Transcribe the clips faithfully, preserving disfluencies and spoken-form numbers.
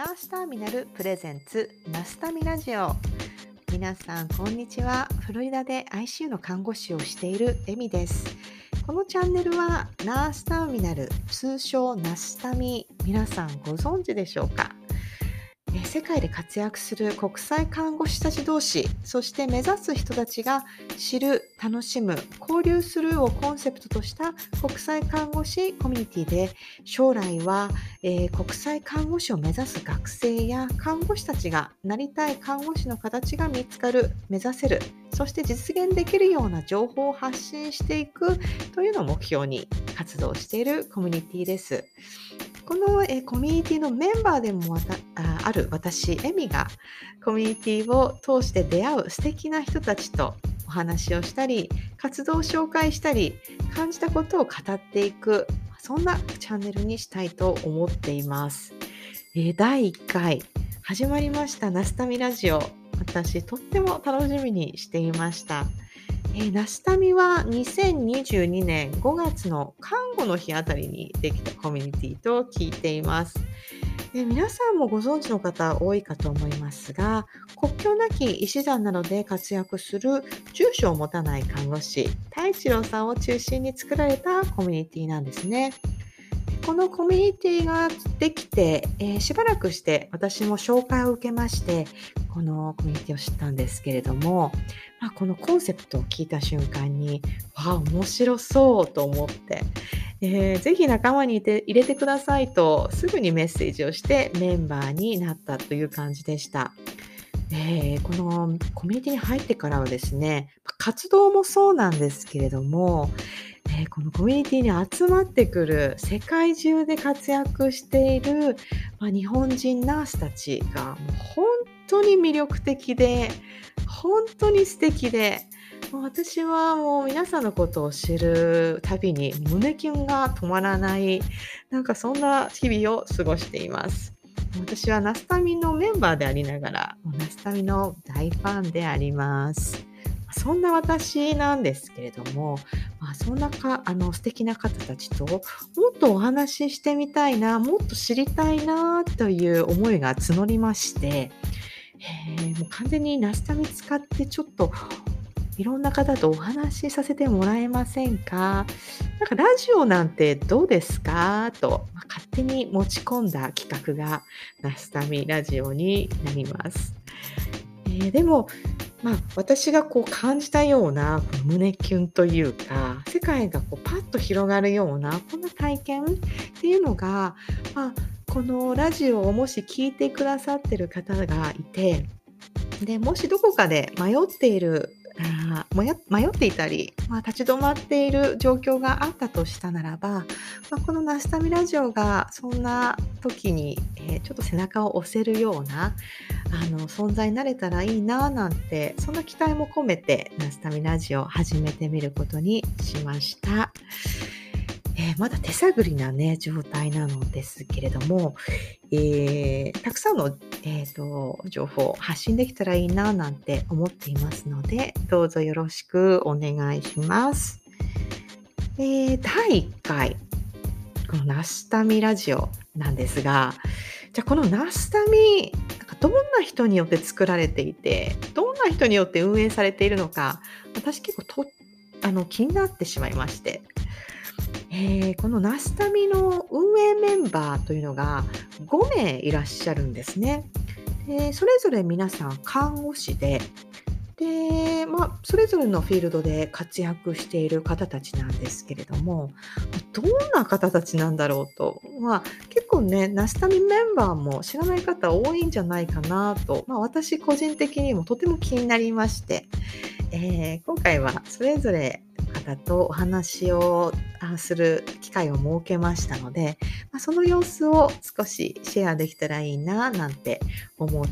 ナースターミナルプレゼンツナスタミラジオ。皆さんこんにちは。フロリダで アイシーユー の看護師をしているエミです。このチャンネルはナースターミナル、通称ナスタミ、皆さんご存知でしょうか。え世界で活躍する国際看護師たち同士、そして目指す人たちが知る、楽しむ、交流するをコンセプトとした国際看護師コミュニティで、将来は、えー国際看護師を目指す学生や看護師たちがなりたい看護師の形が見つかる、目指せる、そして実現できるような情報を発信していくというのを目標に活動しているコミュニティです。この、えーコミュニティのメンバーでもわたあある私エミがコミュニティを通して出会う素敵な人たちとお話をしたり、活動を紹介したり、感じたことを語っていく、そんなチャンネルにしたいと思っています。えーだいいっかい始まりましたナスタミラジオ。私とっても楽しみにしていました。えーナスタミはにせんにじゅうにねんごがつの看護の日あたりにできたコミュニティと聞いています。えー皆さんもご存知の方多いかと思いますが、国境なき医師団などで活躍する住所を持たない看護師、太一郎さんを中心に作られたコミュニティなんですね。このコミュニティができて、えーしばらくして私も紹介を受けまして、このコミュニティを知ったんですけれども、まあ、このコンセプトを聞いた瞬間に、わあ、面白そうと思って、えーぜひ仲間にいて入れてくださいとすぐにメッセージをしてメンバーになったという感じでした。えーこのコミュニティに入ってからはですね、活動もそうなんですけれども、えーこのコミュニティに集まってくる世界中で活躍している、まあ、日本人ナースたちがもう本当に魅力的で、本当に素敵で、もう私はもう皆さんのことを知るたびに胸キュンが止まらない、なんかそんな日々を過ごしています。私はナスタミのメンバーでありながら、もうナスタミの大ファンであります。そんな私なんですけれども、まあ、そんなかあの素敵な方たちともっとお話ししてみたいな、もっと知りたいなという思いが募りまして、えーもう完全にナスタミ使ってちょっといろんな方とお話しさせてもらえませんか？なんかラジオなんてどうですかと、まあ勝手に持ち込んだ企画がナスタミラジオになります。えーでも、まあ、私がこう感じたようなこの胸キュンというか、世界がこうパッと広がるようなこんな体験っていうのが、まあ、このラジオをもし聞いてくださってる方がいて、で、もしどこかで迷っている、あーもや迷っていたり、まあ、立ち止まっている状況があったとしたならば、まあ、このナスタミラジオがそんな時に、えーちょっと背中を押せるようなあの存在になれたらいいななんて、そんな期待も込めてナスタミラジオを始めてみることにしました。えーまだ手探りなね、状態なのですけれども、えーたくさんの、えーと情報を発信できたらいいななんて思っていますので、どうぞよろしくお願いします。えーだいいっかい、このナスタミラジオなんですが、じゃあこのナスタミ、なんかどんな人によって作られていて、どんな人によって運営されているのか、私結構とあの気になってしまいまして、えーこのナスタミの運営メンバーというのがごめいいらっしゃるんですね。で、それぞれ皆さん看護師で、で、まあ、それぞれのフィールドで活躍している方たちなんですけれども、どんな方たちなんだろうと、まあ、結構ね、ナスタミメンバーも知らない方多いんじゃないかなと、まあ、私個人的にもとても気になりまして、えー今回はそれぞれの方とお話をあする機会を設けましたので、まあ、その様子を少しシェアできたらいいななんて思って、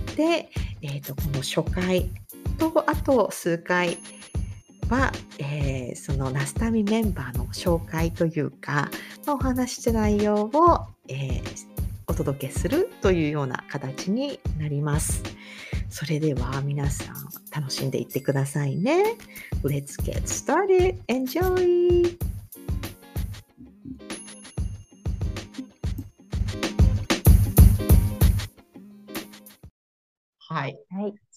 えーとこの初回とあと数回は、えーそのナスタミメンバーの紹介というか、まあ、お話しした内容を、えーお届けするというような形になります。それでは皆さん楽しんでいってくださいね。Let's get started. Enjoy!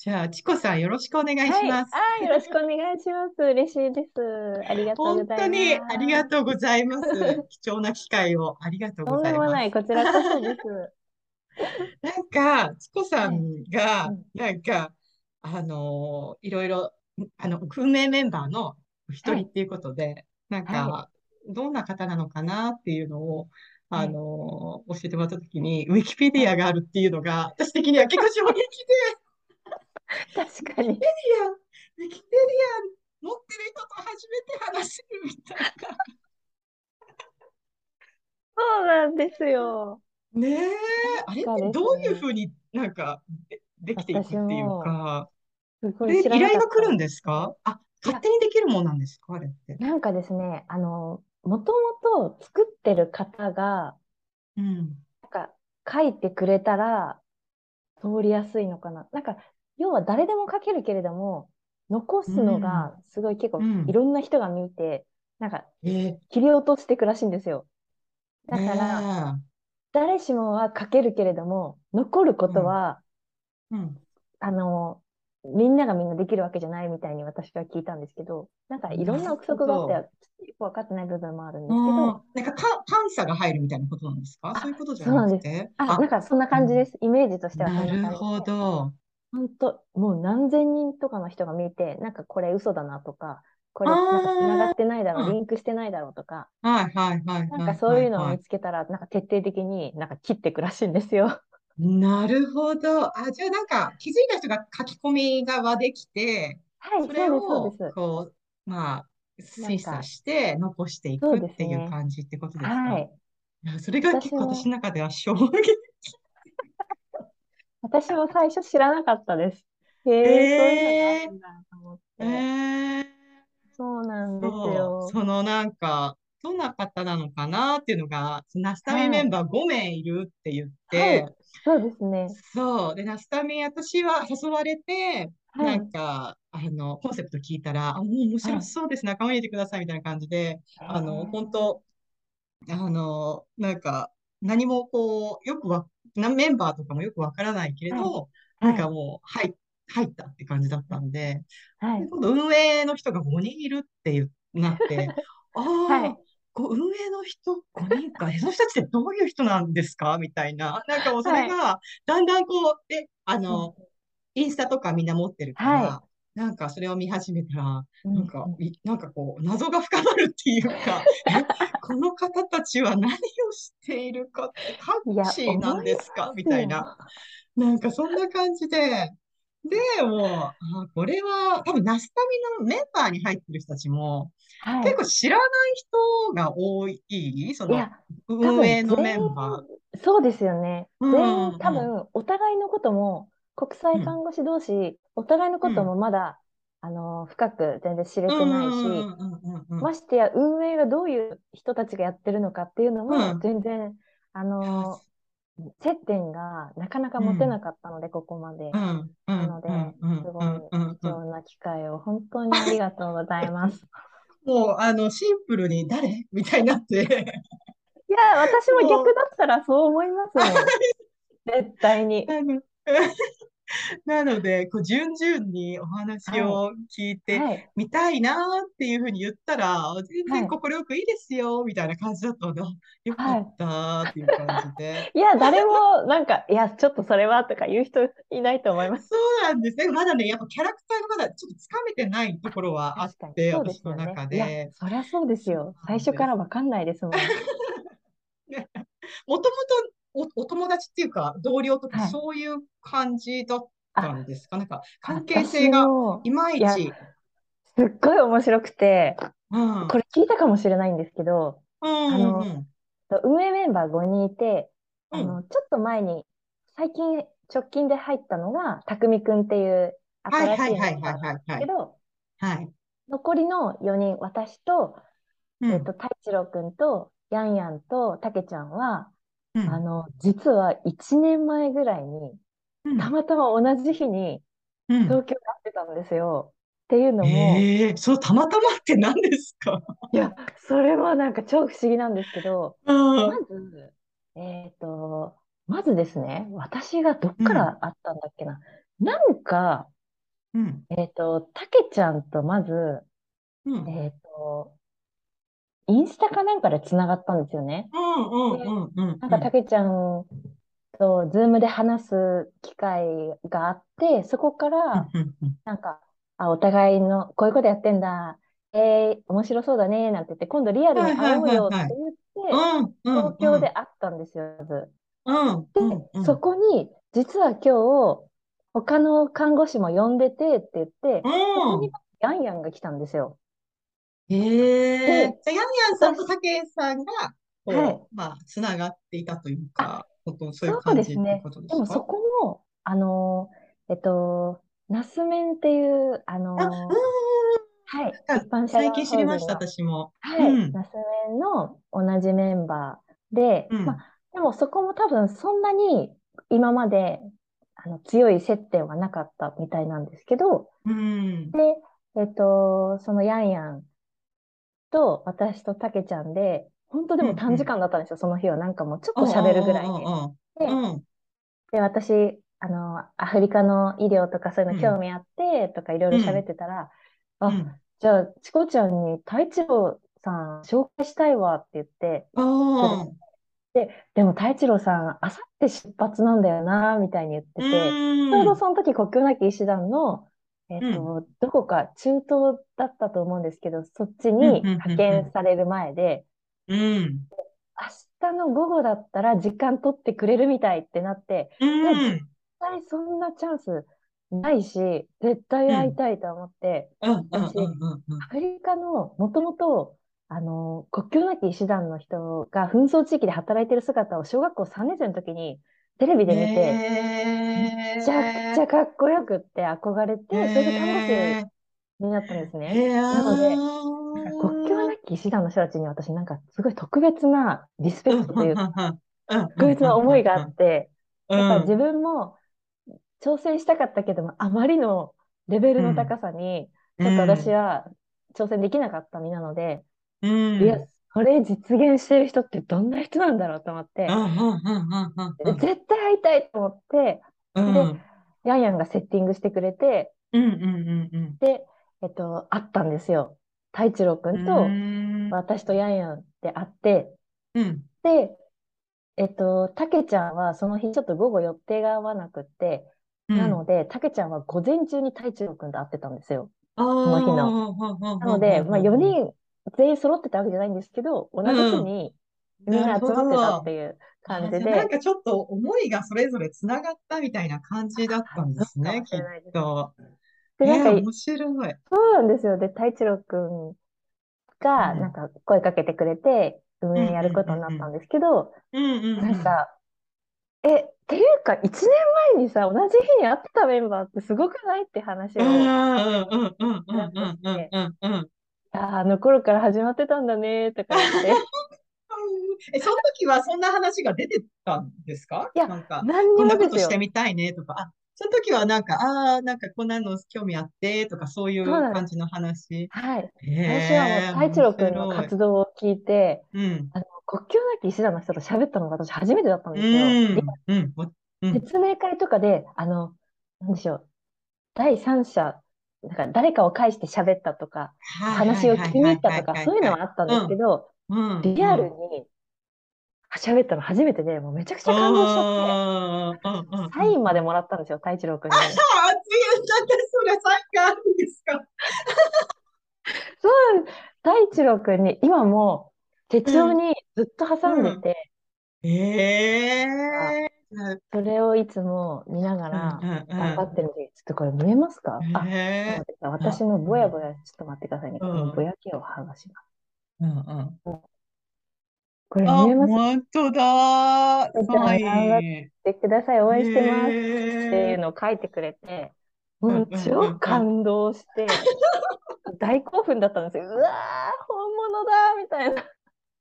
じゃあ、チコさんよろしくお願いしはい。 ます。 ああ、よろしくお願いします。嬉しいです。ありがとうご本当ざいにありがます。 とうございます。貴重な機会をありがとうごとんでもない。 ざいます。 こちらこそです。 なんか、チコさはい。 んが、 うん。 なんか、あのいろいろ、あの、運命メンバーの一はい。 人っていうことで、なんはい。 か、どんな方なのかなっていうのを、あはい。 の教えてもらったときに、ウィキペデはい。 ィアがあるっていうのが、私的には結構衝撃で、ウィキペ確かに。 ディア、ウィキペディア持ってる人と初めて話せるみたいな。 そうなんですよ。 ねえ、 なんあれってかでどういうすね、 ふうになんかで、できていく私っていうも、 か、 すごいあれ、 知らなか依頼がったんで来るんですすけど、 か？あ、 いや、 勝手にできるもんなんですかあれって。 なんかですね、あの、もともと作ってる方が、 うん。 なんか書いてくれたら、通りやすいのかな。なんか、要は誰でも書けるけれども、残うすのん。 がすごい結構いうん。 ろんな人が見て、なんかえ切り落としていくらしいんですよ。 ー、 だから、 ええ誰しもは書けるけれども、残るこうん。 とは、 うん。 あの、みんながみんなできるわけじゃないみたいに私は聞いたんですけど、なんかいろんななる憶測があって、 ほど。 よく分かってない部分もあるんうん。 ですけど、 なんか、か、監査が入るみたいなことなんですか？そういうあ、 ことじゃなそうなんです。 くて。 あ、なんあ、 かそんな感じでうんす。イメージとしてはそなんな感じで。 るほど。 本当、もう何千人とかの人が見て、なんかこれ嘘だなとか、これなんか繋があってないだろう、リあ、 ンクしてないだろうとか、 はいはいはいなんかはいそういうのをはいはい。 見つけたら、なんか徹底的になんか切っていくらしいんですよ。 なるほど。あ、じゃあなんか気づいた人が書き込み側できて、 はい、 そそうです、そうでれをす。 こう、まあ、 なんか、 精査して残していそうくっていうですね。 感じってことですか？ はい。 いや、それが結構私私も、 の中では衝撃。 私も最初知らなかったです。へえ、そういうのがあええるんだと思っえて。 えそうなんですそう、 よ。 そのなんか、どんな方なのかなっていうのが、ナスタミはい。 メンバーご名いるって言っはい。 て、 そうですね。 そう。で、ナスタミン、私は誘われて、なんはい。 か、あの、コンセプト聞いたら、あ、もう面白はい。 そうです。仲間に入れてください、みたいな感じで、 へあの、本え。 当あの、なんか、何もこう、よくわ、なメンバーとかもよくわからないけれはい。 ど、なんはい。 かもう、入、入ったって感じだったんで、で、 はい。 今度運営の人がごにんいるっていうなって、ああ、 はい。 こう運営の人ごにんか、え、その人たちってどういう人なんですかみたいな。なんかもうそれはい。 が、だんだんこう、で、あうん。 の、インスタとかみんな持ってるかはい。 ら、なんかそれを見始めたら、 うん。 なんか、 うん。 いなんかこう、謎が深まるっていうか、え、この方たちは何をしているかって、タッいや、 チーなん思いですかみますよ。 たいな。なんかそんな感じで、で、もう、あ、これは、多分、ナスタミのメンバーに入ってる人たちも、 はい。 結構知らない人が多い、その、 いや、多運分全営のメンバ員、そうですよね。 ー。う全員ん、うん、 多分、お互いのことも、国際うん、 看護師同士、お互いのことうん、 もまだ、あの、深く全然知れうん、 てないうん、 し、 うん、うん、うん、うん。 ましてや運営がどういう人たちがやってるのかっていうのも、 うん全然、あいや、 の、接点がなかなか持てなうん、 かったので、ここまで。 うん、うん、 なので、 うん、うん、うん、 すごいうん、うん。 貴重な機会を本当にありがとうございます。 もう、あの、シンプルに誰みたいになって、 いや、私ももう、 逆だったらそう思いますもん。絶対に。 あの、なので、こう、順々にお話はい。 を聞いてはい。 みたいなっていうふうに言ったら、全然はい。 快くいいですよ、みたいな感じだったので、あよかっはい。 たっていう感じで。 いや、誰も、なんか、いや、ちょっとそれはとか言う人いないと思います。 そうなんですね。まだね、やっぱキャラクターがまだちょっとつかめてないところはあっ確かに。 て、 そうで私のすよね。いや、 中で。 そりゃそうですそうよ。最初かなんです。 らわかんないですもん。 ねもともとお、お友達っていうか、同僚とかはい。 そういう感じだったんあ、 ですか？なんか、関係性私がいも、いや、 まいち。 すっごい面白くて、 うん。うん、 これ聞いたかもしれないんですけど、 うん、うあの、 ん。 運営メンバーごにんいて、 うん。 あの、ちょっと前に、最近、直近で入ったのが、たくみくんっていうはい新しいメはいはいはいンバーなんですはいはい。 けど、 はい。 残りのよにん、私と、えっと、 うん。 太一郎くんと、やんやんと、たけちゃんは、 うん。 あの、実はいちねんまえぐらいに、 うん。 たまたま同じ日にうん。 東京に会ってたんですよ。っていうのも、 ええそう、たまたまって何ですか？ いや、それはなんか超不思議なんですけど、 うん。 まず、えっと、まずですね、私がどっうん。 から会ったんだっけな。なんか、 うん、 えっと、たけちゃんとまず、 うん、 えっと、インスタかなんかでつながったんですよね。 うん、うん、 で、 うん、うん、 なんかたうん、 けちゃんとズームで話す機会があって、そこかうん、 ら、 うん、うん、 なんか、あ、お互いの、こういうことやってんだ。えー、面白そうだね、なんて言って、今度リアルにはい、はい、はい、 会おうよはい。 って言って、 うん、うん、 東京うん、 で会ったんですよ、まず。 うん、うん、うそん、 こに、実は今日、他の看護師も呼んでてって言って、 うそこにん。 ヤンヤンが来たんですよ。 へえ。 で、 じゃあ、ヤンヤンさんと私、 たけさんが、 はい。 こう、まあ、つながっていたというあ、 か、こと、そういうそう感じってですね。 ことですか？ でもそこも、あのー、えっと、ナスメンっていう、ああ、うのーん。 ー、はい、 なんか、 一般社最近団知りました、 法人の、 私も。うはい、 ん、 ナスメンの同じメンバーで、 うん、 まあ、でもそこも多分そんなに今まであの強い接点はなかったみたいなんですけど、 うん、 で、えっと、そのヤンヤンと私とタケちゃんで、本当でうん、うも短時ん。 間だったんですよ、その日は。なんかもうちょっおうと喋るぐらいで。 おうおうおうで、 おう、うん、 で、私、あの、アフリカの医療とかそういううん、 の興味あって、とかいろいろ喋っうん、 てたら、あ、 うん。 じゃあ、チコちゃんに太一郎さん紹介したいわって言っておくれー、 て、でも太一郎さん、あさって出発なんだよな、みたいに言っうてて、ちょうーん、 どその時国境なき医師団の、えっうん、 と、どこか中東だったと思うんですけど、そっちうん、 にうん、う派ん、うん、 遣される前で、 うん、 明日の午後だったら時間取ってくれるみたいってなって、 ういや、絶ん、 対そんなチャンスないし、絶対うん、 会いたいと思って、 うん、うん、 私、 うん、うん、 アフリカの、もともと、あの、国境なき医師団の人が紛争地域で働いてる姿を小学校さんねん生の時にテレビへで見て、めっちゃくちえ、 ゃかっこよくって憧れへて、それで看護師え、 になったんですへね。 え、 なので、なんか国境なき医師団の人たちに私なんかすごい特別なリスペうん、うん、 クトというか、 うん、うん、う特ん、うん、 別な思いがあうん、 って、だから自うん、 分も挑戦したかったけども、あまりのレベルのうん、 高さに、 うちょっと私ん、 は挑戦できなかった身なので、 ういや、 ん、 それ実現してる人ってどんな人なんだろうと思って、 うん、うん、うん、うん、 絶対会いたいと思って、で、 うん、 ヤンヤンがセッティングしてくれて、 うん、うん、うん、 で、えっと、会ったんですよ。太一郎くうんとん、 私とヤンヤンで会って、 うん、 で、えっと、たけちゃんはその日ちょっと午後予定が合わなくって、 うん、 なので、たけちゃんは午前中に太一郎くんと会ってたんですよ。 ああ、 その日の。 ほんほんほんほんほなので、まあんほん。 よにん全員揃ってたわけじゃないんですけど、同じ日うん。 にみんなるほな集まってたっど。 ていう感あ、じゃあなんじで、 かちょっと思いがそれぞれつながったみたいな感じだったんでそうかすね、きっもしれないです。 と。 で、なんか、 えー、面白い。 そうなんですよ。で、太一郎くんが、なんうん。 か声かけてくれて、運うん、 営やるこうん、うん、うん。 とになったんですけど、 うん、うん、うん。 なんか、え、っていうか、いちねんまえにさ、同じ日に会ってたメンバーってすごくないって話うを、 ん、うん、うん、うん、うん、 ラストしうん、 て、 うん、うん。 あー、あの頃から始まってたんだね、とか言って。 え、その時はそんな話が出てたんですか？ いや、 なんか、 何にこんなこもですよ。 としてみたいねとか、あ、その時はなんか、ああ、なんかこんなの興味あってとか、そういそうなんです。 う感じの話。 はい。 へ私はもう、 え、 太一面郎くんの白い。 活動を聞いて、 うん。 あの、国境なき医師団の人と喋ったのが私初めてだったんうですよ。で、 ん。うん。おうん。 説明会とかで、あの、なんでしょう、第三者、なんか誰かを介して喋ったとか、 はいはい話を聞きにはいはいはい行ったとか、そういうのはいはい。 はあったんですけうん。 ど、 うん。 リアルうん。 に喋ったの初めてで、もうめちゃくちうゃ感動しちゃって、 ん。うん。うん。 サインまでうん。 もらったんですよ、太一郎くあんに。 あ、熱い、なんでそれサインがあるんですか？ そうなんです。太一郎くんに今も手うん。 帳にずっと挟んでうん。 て、 えあ、 えー。 それをいつも見ながうん。 ら頑張うん。 ってるんで、ちょっとこれ見えますうん。 か？あ、ちょっとええ待ってください。 ー。あ、 私のぼやぼうん。 や、ちょっと待ってくださいね。 うこのぼん。 やけを剥がします。 うん。うん。 これ見あ、 えます？ 本当だ。 じゃサあ頑張っイてください。応ン。 援してます。っていうへえ。 のを書いてくれて、 うんもううんう超んうん。 感動して、大興奮だったんですよ。うわー、本物だみたいな。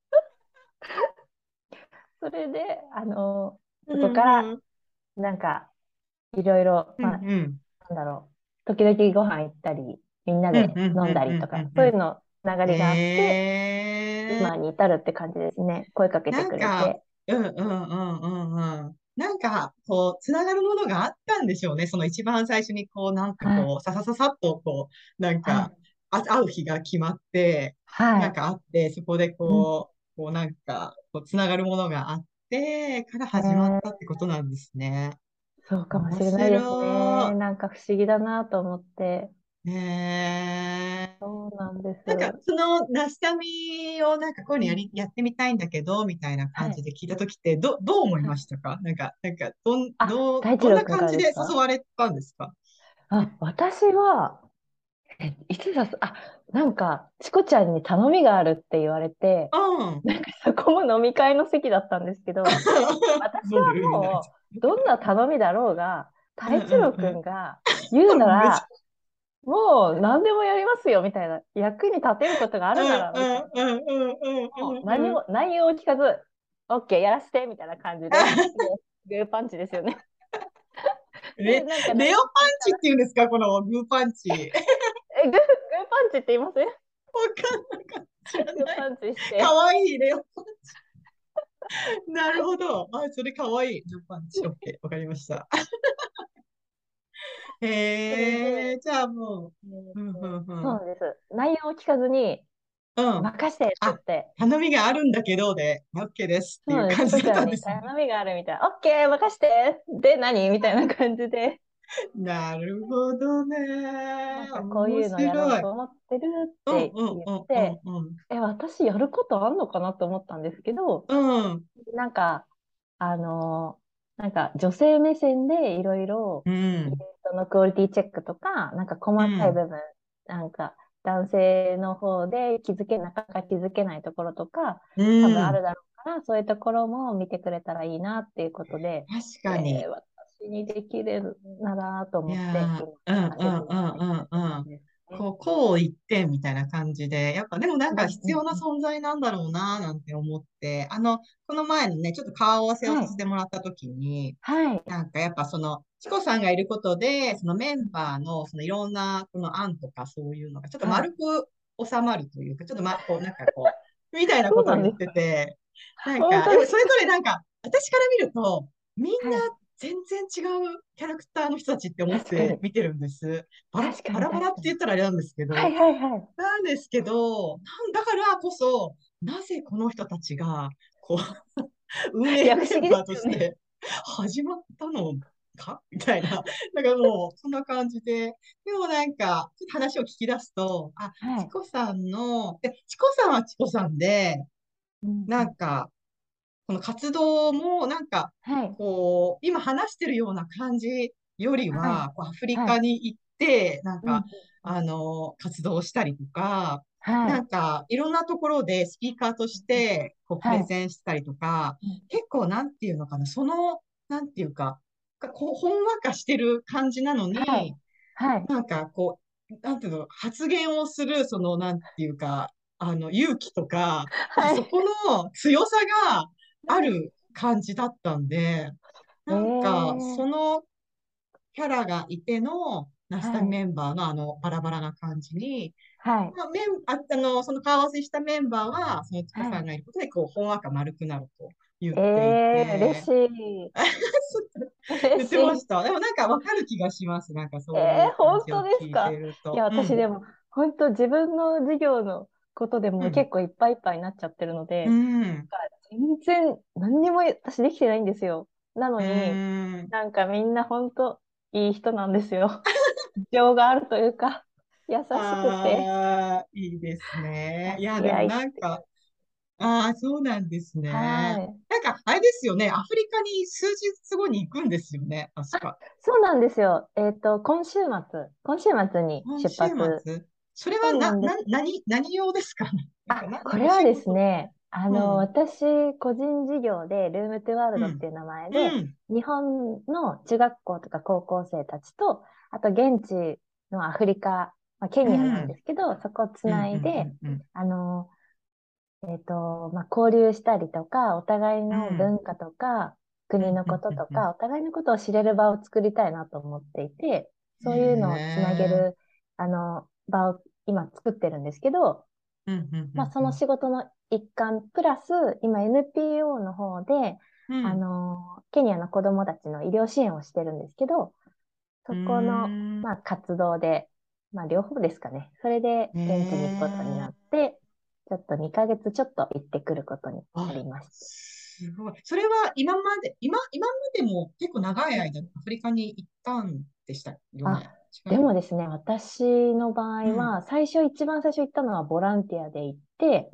それで、あの、 うそこから、 んうん。 なんか、いろいろ、 うまあ、 んうん。 なんだろう、時々ご飯行ったり、みんなうんで飲んうんうんうだりとか、 んうんうそういうの流ん。 れがあって、 へえ。 今に至るって感じですね。声かけてなんか、 くれて。 うんうんうんうんうん。 なんか、こう、つながるものがあったんでしょうね。その一番最初に、こう、なんかはい。 こう、ささささっと、こう、なんか、 はい。 あ、会う日が決まって、 はい。 なんかあって、そこでうん。 こう、こう、なんか、こう、つながるものがあって、からえ始まったっー、 てことなんですね。 そうかもし面れないですね。 白なんか不思議だなと思って。 い。ねえ。 そうなんです。 なんか、その、ナスタミをなんかこういうのやり、 うん。 やってみたいんだけど、みたいなはい。 感じで聞いたときって、ど、どう思いはい。 ましたか？なんか、なんか、どん、 あ、 どう、 大一どんな郎くんから感じで誘ですか？ われたんですか？ あ、私は、え、いつだす、あ、なんか、チコちゃんに頼みがあるって言われて、 うん。 なんかそこも飲み会の席だったんですけど、私飲んでるみんなで。 はもう、どんな頼みだろうが、 うん太一郎くうんんが言うなうん。めちら、もう何でもやりますよ、みたいな。役に立てることがあゃ、 るなら、 うんうみたいな。 んうんうんうんもううんうん。 何も、内容を聞かず、オッケー、やらせて、みたいな感じで、もう、グーパンチですよね。で、 レ、 なんか何レオパンチって聞いたら、 言うんですか？このグーパンチ。 え、グー、グーパンチって言います？ わかんなかった。知らない。 グーパンチして。 かわいい、レオパンチ。なるほど。あ、それかわいい。グーパンチ。オッケー。わかりました。 それで、 へえ、じゃあもえう、うん、うーと、 ん、うん。 そうなんです。内容を聞かずに、 うん。 任してって言っあ、 て、 頼みがあるんだけど、で、オッケーですっていうそうなんです。チ感じだっコちゃんにたんですね。 頼みがあるみたいな。オッケー、任して。で、何みたいな感じで、 なるほどね。 なんかこう面いうのやろう白い。 と思ってるっうん、うん、 て言っうん、うて、 ん、うん。 え、私やることあんのかなと思ったんですけど、 うん、 なんか、あのーなんか女性目線でいろいろうイベンん、 トのクオリティチェックとか、なんかうん、 細かい部分、なんか男性の方で気づけ、なかなか気づけないところとか、 う多分あん。 るだろうから、そういうところも見てくれたらいいなっていうことで、 確かに。 えー私にできるならとい思って、 や今、 ー、うん、うん、 させていうん、 ただいてるうん、うん。 って感じですね。 こう、こう一点みたいな感じで、やっぱでもなんうんか必要なうんうん。 存在なんだろうな、なんて思って、あの、この前のね、ちょっと顔合わせをはい。 させてもらった時に、 はい。 なんかやっぱその、チコさんがいることで、そのメンバーのそのいろんなこの案とかそういうのがちょっとはい。 丸く収まるというか、ちょっとま、こうなんかこう、みたいなそうことを言っなんですか？ てて、なんか、 本当やっぱそれぞですか？ れなんか、私から見ると、みんなはい。 全然違うキャラクターの人たちって思っ確かに。 て見てるんです。バラ、 確かに、 バラバラって確かに。 言ったらあれなんですけど、 はいはいはい。 なんですけど、なんだからこそ、なぜこの人たちが、こう、運いや、 営不思議でメンバーとすよね。 して始まったのかみたいな。なんかもう、そんな感じで。でもなんか、ちょっと話を聞き出すと、あ、 はい。 チコさんの、で、チコさんはチコさんで、 うんうん。 なんか、この活動も、なんか、 はい。 こう、今話してるような感じよりはい。 は、こうアフリはい。 カに行って、なんか、 うんうんうん。 あの、活動したりとか、 はい。 なんか、いろんなところでスピーカーとして、こう、プレはい。 ゼンしたりとか、 うん結構、なんていうのかな、その、なんていうか、こう、ほんわかしてる感じなのはい。 に、 はい。 なんか、こう、なんていうの、発言をする、その、なんていうか、あの、勇気とか、なんかはい。 そこの強さがあはい。 る感じだったんで、 えなんか、そー。 のキャラがいての、ナスタはい。 ミメンバーのあの、バラバラな感じに、 はい。 まあ、メン、あ、あの、その顔合わせしたメンバーは、そのチコはい。 さんがいることで、こう、ほんわか丸くなると言っていえー、嬉て、 しい。 言っ嬉しい。 てました。でもなんかわかる気がします。なんかそういえー、 う感じを本当です聞いてか？いや、 ると。うん。 私でも、本当自分の授業のことでうん。 も結構いっぱいいっぱいになっちゃってるのうで、 ん。 全然何にも私できてないんですよ。なのうに、 ーん。 なんかみんな本当いい人なんですよ。情があるというか、優しくて、 ああ、いいですね。いや、でも助け合いっていう。 なんか、ああ、そうなんですね。 はい。 なんか、あれですよね。アフリカに数日後に行くんですよね。確か。 そうなんですよ。えっと、今週末、今週末に出今週発。 末。それはな、 そうなんでな、何、何用ですか？なんか、 あ、 な、な、おこれはです仕事。 ね、あの、 うん、 私、個人事業で、ルームトゥワールうん、 ドっていう名前で、 うん、 日本の中学校とか高校生たちと、あと現地のアフリカ、まあ、ケうニアなんでん、 すけど、そこをつうん、うん、 ないで、 うん、 あの、えっと、まあ、交流したりとか、お互いうん、うん、 の文化とか、 うん、 国のうん、うん、 こととか、お互いのことを知れる場を作りたいなと思っていて、 へそういうのをつなげえ、 る、あの、場を今作ってるんですけど、 うん、うん、うまあ、 ん、うん、 その仕事の一環、プラス、今 エヌピーオー の方で、 あうん。 の、ケニアの子供たちの医療支援をしてるんですけど、 うーそこの、 ん。 まあ、活動で、まあ、両方ですかね。それで現地に行くことになっええ、 て、ちょっとにかげつちょっと行ってくることになりあ、 ました。 すごい。それは今まで、今、今までも結構長い間うん。 アフリカに行ったんでしたよあ、 ね。違でう。 もですね、私の場合うん。 は、最初、一番最初行ったのはボランティアで行って、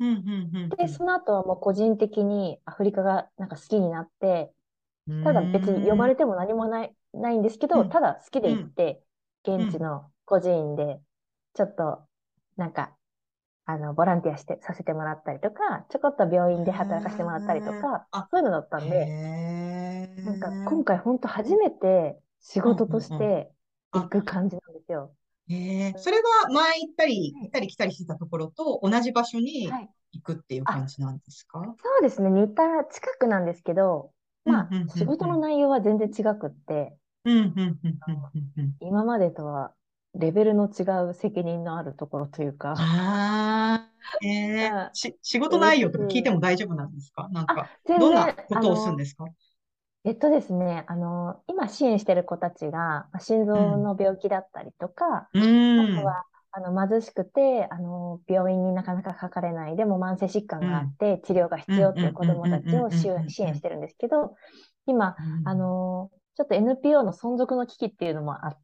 うん、うん、うん、うで、 ん。 その後はもう個人的にアフリカがなんか好きになって、 うただ別に呼ーん。 ばれても何もない、ないんですけど、 うん、 ただ好きでうん、 行って、 うん。 現地の個人で、ちょっと、なんか、あの、ボランティアして、させてもらったりとか、ちょこっと病院で働かせてもらったりとへえ。 か、 あ、 そういうのだったんへで、なんか今え。 回本当初めて仕うん、 事とうん、うん。 して行あ、 く感じなんですよ。 へえ。それは前行ったり、 はい。 行ったり来たりしてたところと同じ場所にはい。 行くっていう感あ、 じなんですか？ そうですね。似た、近くなんですけど、 うん、 まあ、 うん、うん、う仕事のん。 内容は全然違くって、 うん、うん、うん、うん、うん。うん。 今までとはレベルの違う責任のあるところというか、 ああ、ええ、 がし、仕事嬉し内容とか聞いてもい。 大丈夫なんですか？なんあ、 か、どんな全然、 ことをするんであの、 すか？ えっとですね、あの、今支援してる子たちが、まあ心うん。 臓の病気だったりとか、 うあとん。 は、あの、貧しくて、あの、病院になかなかかかれない、でも慢性疾患うん。 があって、治療がうん、 必要っうん、うん、 ていう子供うん、うん、 たちを支うん、うん。 支援してるんですけど、今、 うん。 あの、ちょっと エヌピーオー の存続の危機っていうのもあって、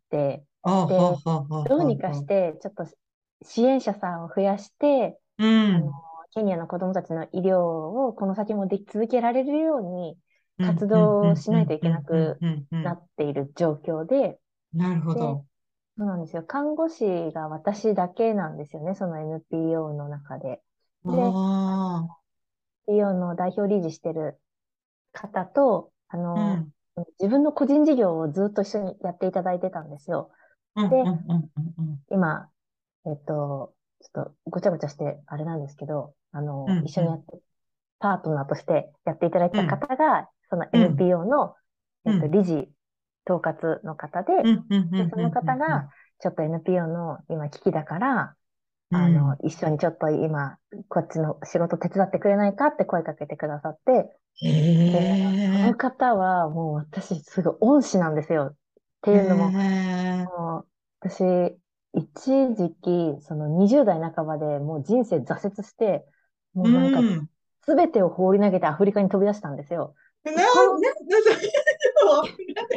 あはで、 ははどうにかしはは。 て、ちょっと支援者さんを増やして、 うあの、 ん。 ケニアの子供たちの医療をこの先もでき続けられるようにうん、 活うん、う動をん、うん、 しないといけなうん、うん、 くうん、うん。 なっている状況で、 なるほで、 ど。 そうなんですよ。看護師が私だけなんですよね、その エヌピーオー の中で。で、 ああ。 エヌピーオー の代表理事してる方と、あの、 うん。 自分の個人事業をずっと一緒にやっていただいてたんですよ。 うん、 で、 うん、うん、うん、うん。 今、えっと、ちょっとごちゃごちゃしてあれなんですけど、あの、一うん、うん、 緒にやって、パートナーとしてやっていただいたうん、 方が、そのうん、 エヌピーオー の、えっと、 うん、 理事、統括の方で、 うん、うん、うで、 ん、 そのうん、うん。 方が、ちょっと エヌピーオー の今危機だから、あの、 うん。 一緒にちょっと今、こっちの仕事手伝ってくれないかって声かけてくださって、 へで、そのえ。 方はもう私すごい恩師なんですよ。ってへいうのも、 え。 もう私、一時期、そのにじゅう代半ばでもう人生挫折して、もううなんか、 ん。 すべてを放り投げてアフリカに飛び出したんですよ。 な、な、 でその、 な、そういうのを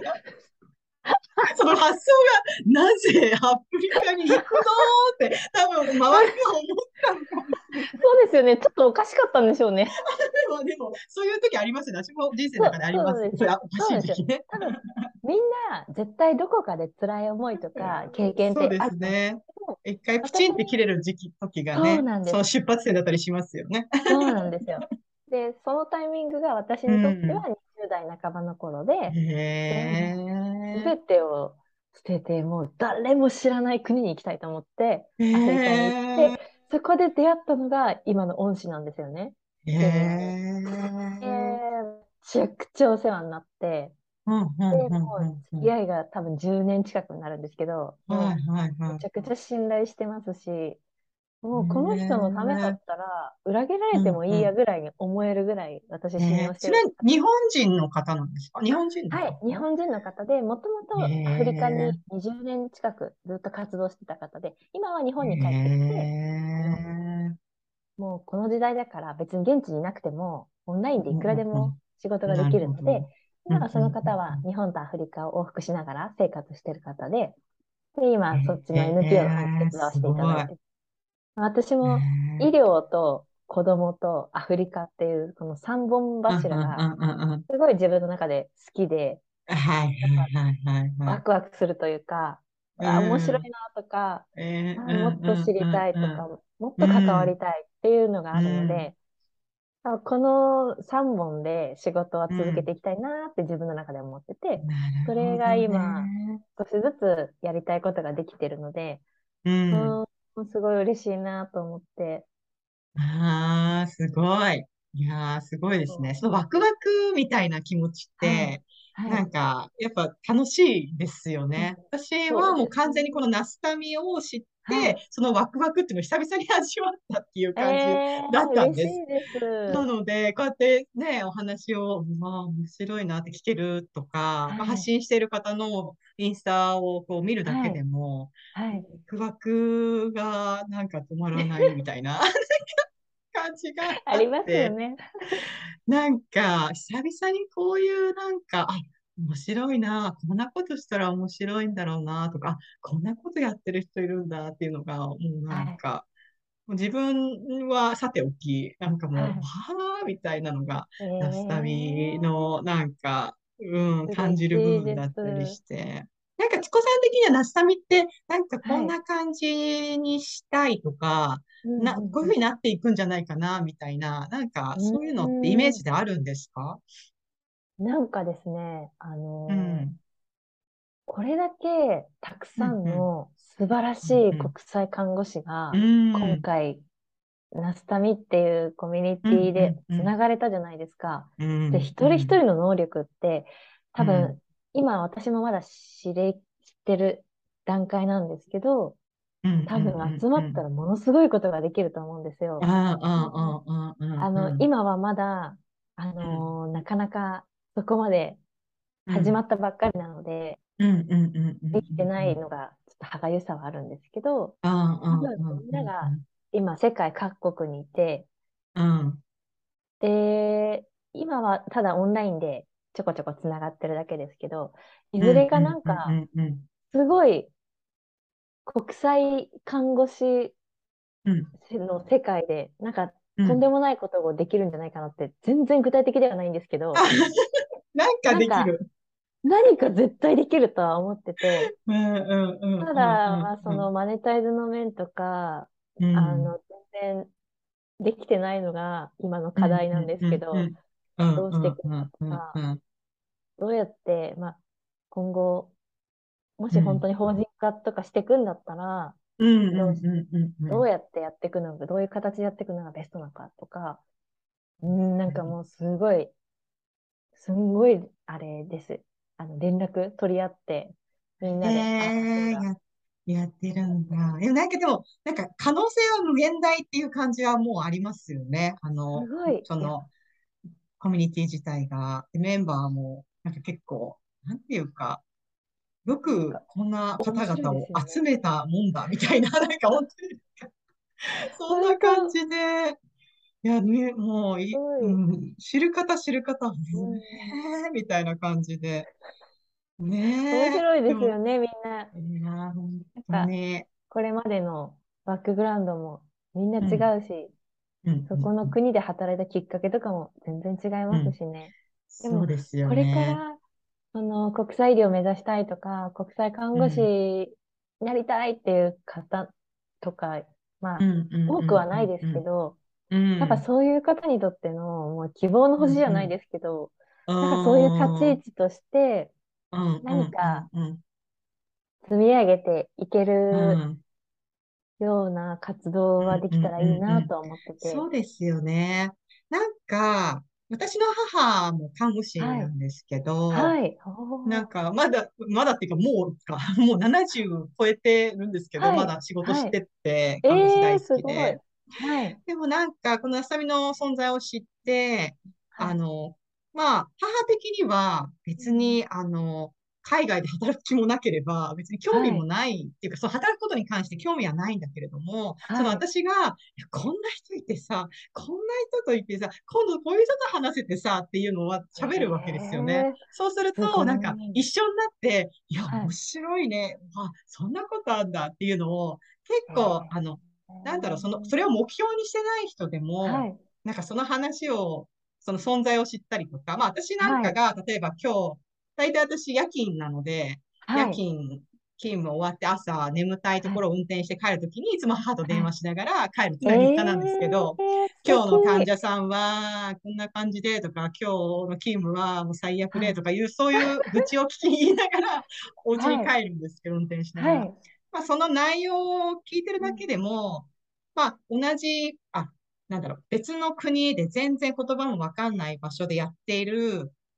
その発想が、なぜアフリカに行くのって、多分周りが思ったのかもしれない。 そうですよね。ちょっとおかしかったんでしょうね。 でも、でも、そういう時ありますよね。私も人生のそう、 中であります。 そうなんです。 それはおかしそうなんですよ。 い時期ね。 多分、みんな絶対どこかで辛い思いとか経験っそうでてあると思うんですね。 すけど、 一回プチ私もンって切れる時期、時がそうね、そのなんです。 出発点だったりしますよね。 そうなんですよ。で、そのタイミングが私うにとってはん。 にじゅう代半ばの頃で、 へで、もう、すべえ。 てを捨てて、もう誰も知らない国に行きたいと思って、 へアフリカに行って、 え。 そこで出会ったのが今の恩師なんですよね。 へケニアに。ええ。 ー、めちゃくちゃお世話になって、 うん、うん、 で、もうん、ううん、うん。 付き合いが多分じゅうねん近くになるんですけど、 はい、 もはい、 うめはい。 ちゃくちゃ信頼してますし、 へもうこの人のためだえ。 ったら裏切られてうん、うん。 もいいやぐらいに思えるぐらい私信えー、 用してるそれは日本人の方なんですか？日本人のはい、日方？ 本人の方で、もともへとアフリカにえ、 にじゅうねん近くずっと活動してた方で、今は日へ本に帰ってきて、あの、 え、 もうこの時代だから別に現地にいなくても、オンラインでいうん、 くらでうん、 も仕事うん。なができるるほど。 ので、 うん、 今はそのうん、 方は日本とアフリカを往復しながら生活してる方で、で、 うん。 今そっちのへエヌピーオー の方に手え、す伝わせていたごい。 だいて、私へも医え、 療と子供とアフリカっていうこの三本うん、うん、う柱がん、うん。うん。 すごい自分の中で好きで、 はい、はい、はい、はい、はい。 ワクワクするというか、 うあ、面白いん。 なとか、あ、 えー、 もっと知うん、うん、 りたいとか、 うん、 もっうと関わん。 りたいっていうのがうあるのん、 で、あ、このさんぼんで仕事はうん。 続けていきたいなって自分の中で思ってて、 なそれがるほど今、 ね。 少しずつやりたいことができてるので、 うん。 うん、すごい嬉しいなと思って、 ああ、すごい。いやー、すごいですね。 そうそのワクワクみたいな気持ちっはい、 て、 はい、 なんか、やっぱ楽しいですようん、 ね。私そうはもうですね。 完全にこのナスタミを知っはい。 そのワクワクっていうのを久々に味わったっていうえ感じだっー、嬉したんです。 いです。 なので、こうやってね、お話を、まあ、面白いなって聞けるとか、まあ、発はい。 信している方のインスタをこう見るだけはい。 でも、 はい。 ワクワクがなんか止まらないみたいな感じがあっありますよて、 ね。 なんか、久々にこういうなんか、あ、面白いな、こんなことしたら面白いんだろうな、とか、あこんなことやってる人いるんだっていうのが、もうなはい。 んか、もう自分はさておき、なんかもう、 はい。 わーみたいなのが、 えナス旅ー、 のなんか、うん、感嬉じる部分しいです。 だったりして、なんか、チコさん的にはナス旅って、なんかこはい。 んな感じにしたいとか、 うんな、こういうふううんになっていくんじゃないかな、みたいな、なんか、 うそういうのってイメーん。うーん。 ジであるんですか？ なんかですね、あのーうん、 これだけたくさうん、うん、 んの素晴らしうん、 い国際看護師うが今ん、 回、ナスタミっていうコミュニうん、 ティでうん、うん、 つながれたじゃないですか。で、 うん、 一人一人の能力って、多分、 うん、 今私もまだ知れ、知ってる段階なんですけど、 うん、うん、 多分うん、 集まうん、 ったらものすごいことができると思うんですよ。 ああ、ああ、ああ、ああ、 あの、 うん、 今はまだ、あうん、 のーなかなかそこまでうん、 始まったばっかりなので、 うん、うん、うん、うん、 できてなうん、 いのが、ちょっと歯がゆさはあるんですけど、 ああ、ああ、 多分みんながうん、 今世界各国にいて、 うん、 で、今はただオンラインでちょこちょこつながってるだけですけど、いうん、 ずれがうん、うん、うなんか、 ん、うん、 すごい国際看護師うん、 の世界で、なんかうん、 とんでもないことができるんじゃないかなって、全然具体的ではないんですけあ、 ど、 なんかなんかできる。 何か絶対できるとは思ってて、 うん、うん、うん、 ただ、 うん、うん、 まあ、そうん、 のマネタイズの面とか、 うん、 あの、全然できてないのが今のうん、 課題なんでうん、うん、うすけど、 ん、うん、 どううん、 していくのかうん、うん、 とか、 うん、 どうやって、まあ、今後、もし本うん、 当に法人化とかしていくんだったら、 うん、 どうし、 うん、うん、うん。 どうやってやっていくのか、どういう形でやっていくのがベストなのかとか、うん、なんかもうすごい、すんごい、あれです。あの、連絡取り合って、みんへなで話え、 が、 や、やってるんだ。え、なんかでも、なんか可能性は無限大っていう感じはもうありますよね。あの、 すごい、いや、 その、コミュニティ自体が、でメンバーも、なんか結構、なんていうか、よくなんか、 こんな面白い方々をですよね。 集めたもんだ、みたいな、なんか本当に、そんな本当、す感じで、いや、ね、もうい、 ごい、 うん、知る方知る方、 うん、 えー、みたいな感じで。 面ねえ、 白いでも、 ですよね、みんな。 いや、本当なんか、 に、 これまでのバックグラウンドもみんな違うん、 うし、 うん、うん、 そこのうん。 国で働いたきっかけとかも全然違いますうんしね。でも、 そうですよこれかね。 ら、その、国際医療を目指したいとか、国際看護師うん。 になりたいっていう方とか、まあ、 うん、うん、 多くはうん、うん、 ないですうん。 けど、 うやっぱん、 そういう方にとっての、もう希望のうん、 星じゃうん。 ないですけど、 あなんかそういう立ち位あ、 置として、 うん、うん、う何かん、うん。 積み上げていけうるん、 ような活動うん、 はできたうん、うん。うらいいなんと思ってて。 そうですよね。なんか、私の母も看護師はい。 なんですけど、 はい。おー。 なんか、まだ、まだっていうか、もうか、もうななじゅう超えてるんですけど、 はい。 まだ仕事はい。 してって、看護師大えー、 好すごい。 きで。 はい。 でもなんか、このあさみの存在を知って、 はい。 あの、まあ、母的にはうん。 別に、あの、海外で働く気もなければ、別に興味はい。 もないっていうか、そう、働くことに関して興味はないんだけれども、そのはい。 私が、いやこんな人いてさ、こんな人といてさ、今度こういう人と話せてさ、っていうのは喋るわけですよね。 えー、 そうするすごと、なんか、 い。 一緒になって、いや、面はい。 白いね。あ、そんなことあんだっていうのを、結え構、あの、なんだろう、その、それをー、 目標にしてない人でも、 はい。 なんかその話を、その存在を知ったりとか、まあ私なんはい。 かが、例えば今日、大体私夜勤なので、夜はい。 勤、勤務終わって朝眠たいとはい。 ころを運転して帰るときに、いつも母と電はい。 話しながら帰るっていうえのは日課なんですけど、 ー、素今日の患敵。 者さんはこんな感じでとか、今日の勤務はもう最悪はい。 でとかいう、そういう愚痴を聞き言いながら、お家にはい。 帰るんですけど、運転しながら。 はい。 まあその内容を聞いてるうん。 だけでも、まあ、同じ、あ、なんだろう、別の国で全然言葉もわかんない場所でやっている、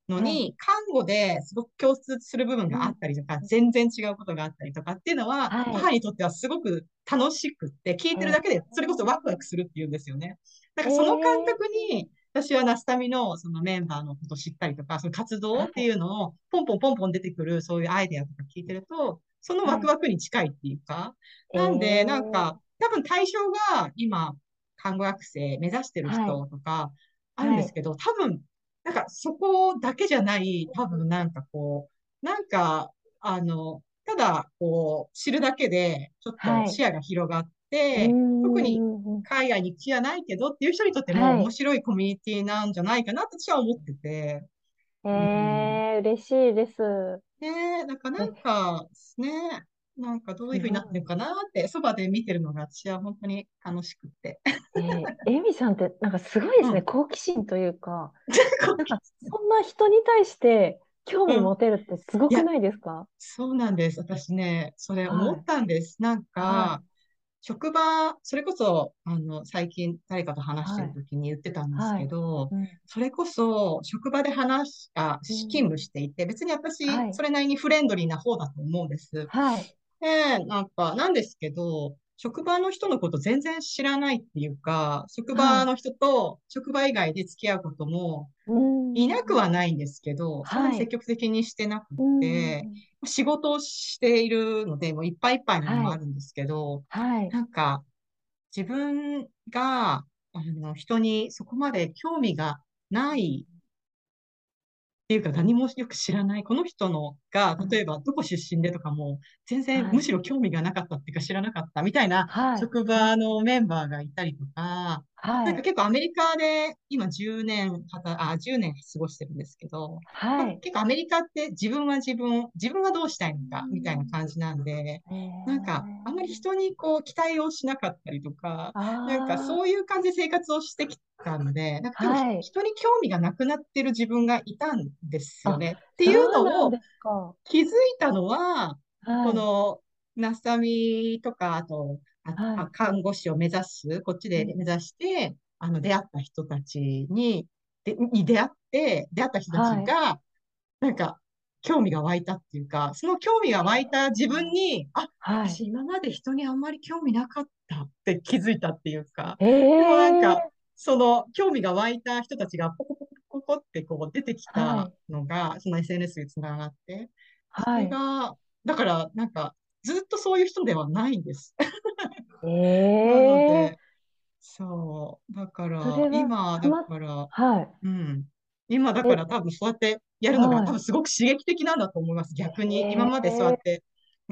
のはい。 に、看護ですごく共通する部分うん。 があったりとか、全然違うことがあったりとかっていうのは、 はい。 母にとってはすごく楽しくって、聞いてるえだけで、それこそワクワクするっていうんですよね。なんー、 かその感え覚に、私はナスタミのそのメンバーのことを知ったりとか、その活ー、 動ってはい。 いうのを、ポンポンポンポン出てくる、そういうアイデアとか聞いてると、そのワはい。 クワクに近いっていうか、 えなんで、なんー、 か、多分対象が今、看護学生目指してるはい。 人とか、あるんはい。 ですけど、多分、なんかそこだけじゃない、多分なんかこう、なんか、あの、ただ、こう、知るだけで、ちょっとはい。 視野が広がっうーて、特にん。 海外に行く気はないけどっていう人にとってもはい。 面白いコミュニティなんじゃないかなって私は思ってて、 えうん。 ー、嬉しいです。 ねえ、なんか、なえ、 んか、ね、なんかどういうふうになってるすごい。 かなって、そばで見てるのが私は本当に楽しくって。 えー、エミさんってなんかすごいですね。 うん。 好奇心というか、なんかそんな人に対して興味うん。 持てるってすごいや、 くないですか？ そうなんです。私ね、それ思っはい。 たんです。なんか、 はい。 職場、それこそ、あの、最近誰かと話してはい。 る時に言ってたんですはい。 けど、 うん。 それこそ、職場で話し、あ、 うん。 勤務していて、別に私、 はい。 それなりにフレンドリーな方だと思うんです。 はい。 で、なんか、なんですけど、職場の人のこと全然知らないっていうか、職はい。 場の人と職場以外で付き合うこともうん。 いなくはないんですけど、そんなにはい。 積極的にしてなくっうて、 ん。 仕事をしているので、もういっぱいいっぱいなのはい。 もあるんですけど、 はい。 なんか、自分が、あの、人にそこまで興味がないっていうか何もよく知らない。この人のが、 うん。 例えばどこ出身でとかも、全然はい。 むしろ興味がなかったっていうか知らなかったみたいなはい。 職場のメンバーがいたりとか、 はい。 なんか結構アメリカで今じゅうねん、はた、あ、じゅうねん過ごしてるんですけど、なんかはい。 結構アメリカって自分は自分、自分はどうしたいのうかみたいなん。 感じなんで、 えなんかあんまりー、 人にこう期待をしなかったりとか、なんかああ、 そういう感じで生活をしてきたので、なんか結構ひはい。 人に興味がなくなってる自分がいたんですよあ、 ね。っていうそうなんのをですか。 気づいたのは、こはい。 の、ナスタミとか、あと、あ、あはい。 看護師を目指す、こっちうん。 で目指して、あの、出会った人たちに、で、に出会って、出会った人たちはい。 が、なんか、興味が湧いたっていうか、その興味が湧いた自分に、あ、 はい。 私今まで人にあんまり興味なかったって気づいたっていうか、 えでもなんか、 え、 その興味が湧いた人たちがポコポコポコってこう出てきたはい。 のが、その エスエヌエス でつながって、それはい。 が、だからなんか、ずっとそういう人ではないんです。なのええ、 で、そう、だから、 それは、 今、だたま、 から、 はい。 うん。今だかえ、 ら多分そうやってやるのが多は分すごく刺激的なんだと思います。逆い。 に。今までそうやっええ、 て、うん、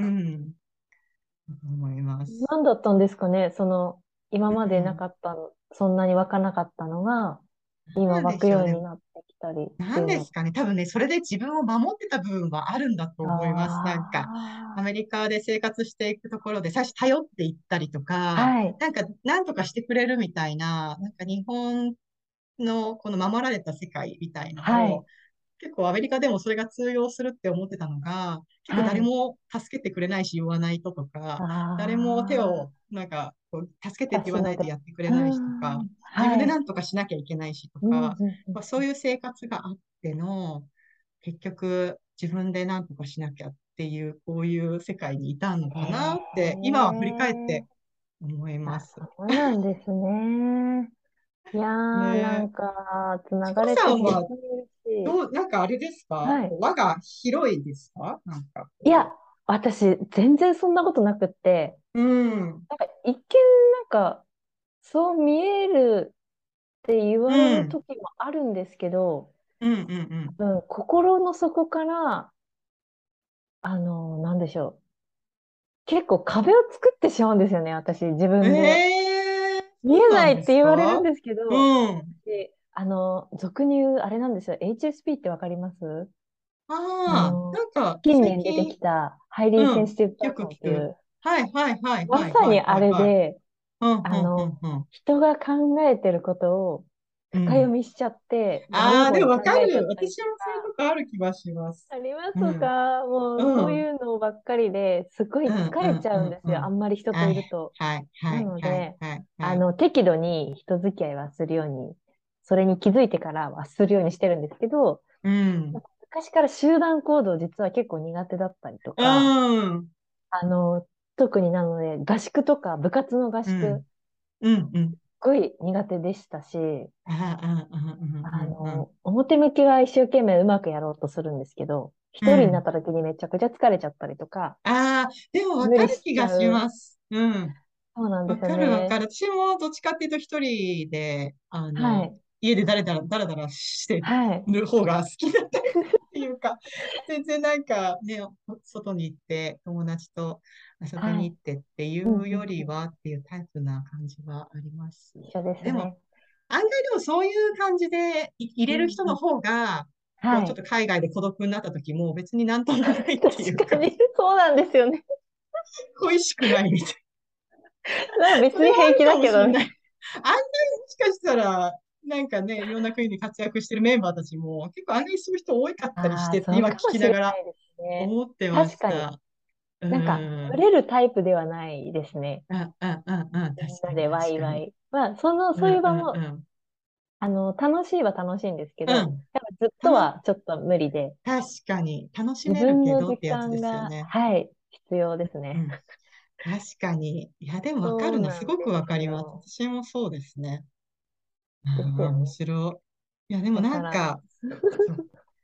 思います。 何だったんですかね。その、今うまでなん。 かったの、そんなに湧かなかったのが、今なん湧くようでしょうね。 になってきたりってないうの。 んですかね。多分ね、それで自分を守ってた部分はあるんだと思います。なんか、アあメリカで生活していくところで、最初頼っていったりとあ、 か、 はい。 なんか、なんとかしてくれるみたいな、なんか日本のこの守られた世界みたいのはい。 を、結構アメリカでもそれが通用するって思ってたのが、結構誰はい。 も助けてくれないし言わないととか、誰も手あをなんかこう助けてっあ、 て言わないと差し伸べ。 やってくれうないしとか、 ん。 自分はい。 で何とかしなきゃいけないしとうん、 か、 うん、うん。 まあ、そういう生活があっての、結局自分で何とかしなきゃっていう、こういう世界にいたのかなへって、今は振り返ってえ。 思いまあ、 す。 そうなんですね。いやー、なねえ。 んか、つなちこがれてさんは本当に嬉しい。 どう、なんかあれですか？ はい。 こう輪が広いですか？なんかいや、 こ私、全然そんなことなくって、 う。うん。 なんか、一見、なんか、そう見えるって言うわれるん。 時もあるんですけど、 うんうんうん。 うん、心の底から、あの、なんでしょう。結構壁を作ってしまうんですよね、私、自分で。 ええー、 見えそうなんでないって言われるんすか？ ですけど、 うん。 で、あの、俗に言う、あれなんですよ。エイチエスピー ってわかります？あああ、 の、 なんか近年出て最近、 きた、ハイリーセンうん。 シティブパーよく聞く。 ソンっていう、 はいはいはいまはいはいさにあはいはい。 れで、 うんうんうあの、 んうん。 人が考えてることを深読うん。 みしちゃって、悪いああ、 方に考でもわかる。 えちゃったり私もとか、 そういうとこある気がします。 ありまうん。 すか？もう、そううん。 いうのばっかりですごいうんうん疲れちゃうんですよ。あうんうん。 んまり人とはいいると。 はいはないはいので、 はいはい。 あの、適度に人付き合いはするように、それに気づいてからはするようにしてるんですけど、 うん。 昔から集団行動実は結構苦手だったりとうか、 ん。 あの、特になので、合宿とか部活の合宿、 うん。うん。うん。 すごい苦手でしたし、 ああ、うん。うん。うん。うん。 あの、表向きは一生懸命うまくやろうとするんですけど、一人になっうん。 た時にめちゃくちゃ疲れちゃったりとか、 ああ、でもわかる無理し気がしちゃう。 ます。うん。 そうなんですよわかるわかね。 る。私もどっちかっていうと一人で、あの、 はい。 家でだらだら、だらだらしてはい。 る方が好きだったっていうか、全然なんかね、外に行って友達と遊びはい。 に行ってっていうんうよりうんうん。 はっていうタイプな感じはあります。 一緒ですでも、 ね。 案外でもそういう感じでい入れる人のうんうん。 方が、こうちょっはい。 と海外で孤独になった時も別になんともないっていうか、 確かに、そうなんですよね。 恋しくないみたいなんかな。それはあ別に平気るかもだけどね。 しれない。案外もしかしたら、なんかね、いろんな国で活躍してるメンバーたちも、結構案外そういう人多かったりしああ、 てって今聞そうかもしきながられないですね。 思ってま確かに。 した。うなんか、 ん。 群れるタイプではないですね。 うん、うん、うん、うん。確みんかに、 なでワ確かに。 イワイ。まあ、その、 うん、 そういう場うん、うも、 ん。 あの、楽しいは楽しいんですけど、 うん。 やっぱずっとたの、 はちょっと無理で、 確かに。楽し自める分の時けどってやつで間が、 すよね。 はい、必要ですね。 うん。確かに。いや、でもわかそうるな。すごくなんですわかります。 よ。 私もそうですね。 ですああ、面よね。 白い。いや、でもだから、 なんか、そう